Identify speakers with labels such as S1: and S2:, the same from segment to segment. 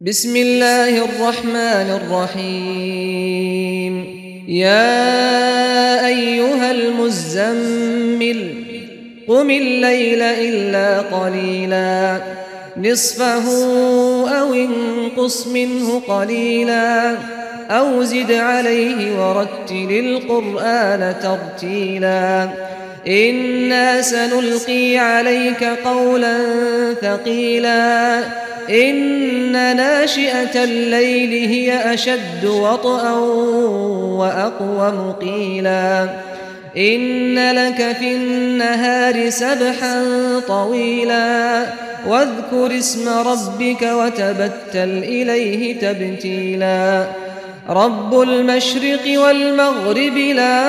S1: بسم الله الرحمن الرحيم. يا أيها المزمل قم الليل إلا قليلا نصفه أو انقص منه قليلا أو زد عليه ورتل القرآن ترتيلا إنا سنلقي عليك قولا ثقيلا إن ناشئة الليل هي أشد وطئا وأقوم قيلا إن لك في النهار سبحا طويلا واذكر اسم ربك وتبتل إليه تبتيلا رب المشرق والمغرب لا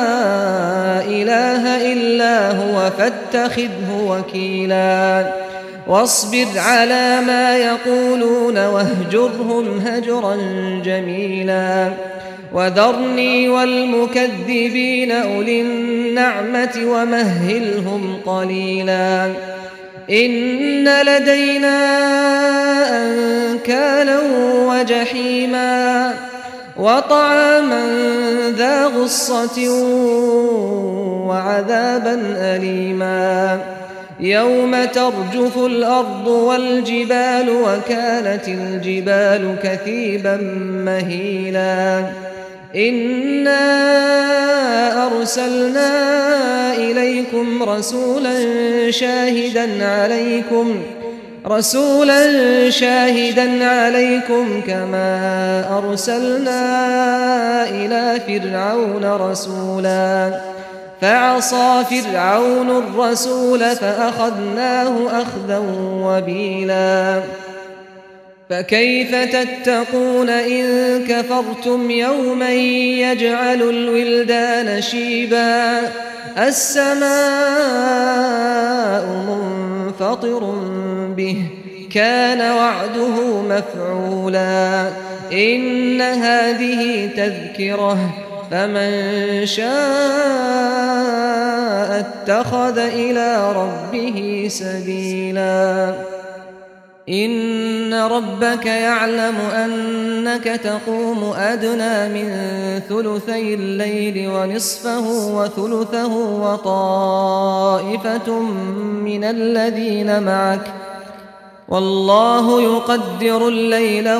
S1: إله إلا هو فاتخذه وكيلا واصبر على ما يقولون واهجرهم هجرا جميلا وذرني والمكذبين أولي النعمة ومهلهم قليلا إن لدينا أنكالا وجحيما وطعاما ذا غصة وعذابا أليما يوم ترجف الأرض والجبال وكانت الجبال كثيبا مهيلا إنا أرسلنا إليكم رسولا شاهدا عليكم كما أرسلنا إلى فرعون رسولا فعصى فرعون الرسول فأخذناه أخذا وبيلا فكيف تتقون إن كفرتم يوما يجعل الولدان شيبا السماء منفطر به كان وعده مفعولا إن هذه تذكرة فمن شاء اتخذ إلى ربه سبيلا إن ربك يعلم أنك تقوم أدنى من ثلثي الليل ونصفه وثلثه وطائفة من الذين معك والله يقدر الليل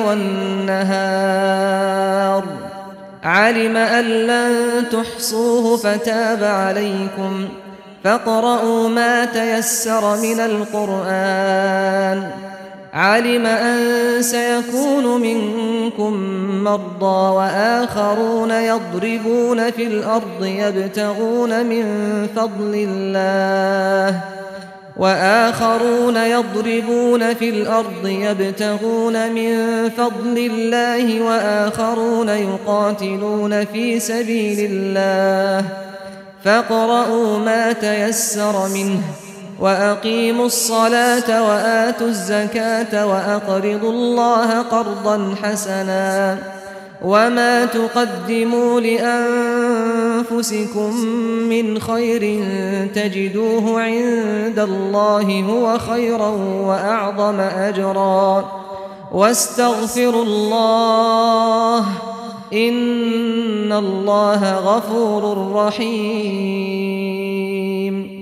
S1: والنهار علم أن لن تحصوه فتاب عليكم فاقرؤوا ما تيسر من القرآن علم أن سيكون منكم مرضى وآخرون يضربون في الأرض يبتغون من فضل الله وآخرون يقاتلون في سبيل الله فاقرؤوا ما تيسر منه وأقيموا الصلاة وآتوا الزكاة وأقرضوا الله قرضا حسنا وما تقدموا لأنفسكم من خير تجدوه عند الله هو خيرا وأعظم أجرا واستغفروا الله إن الله غفور رحيم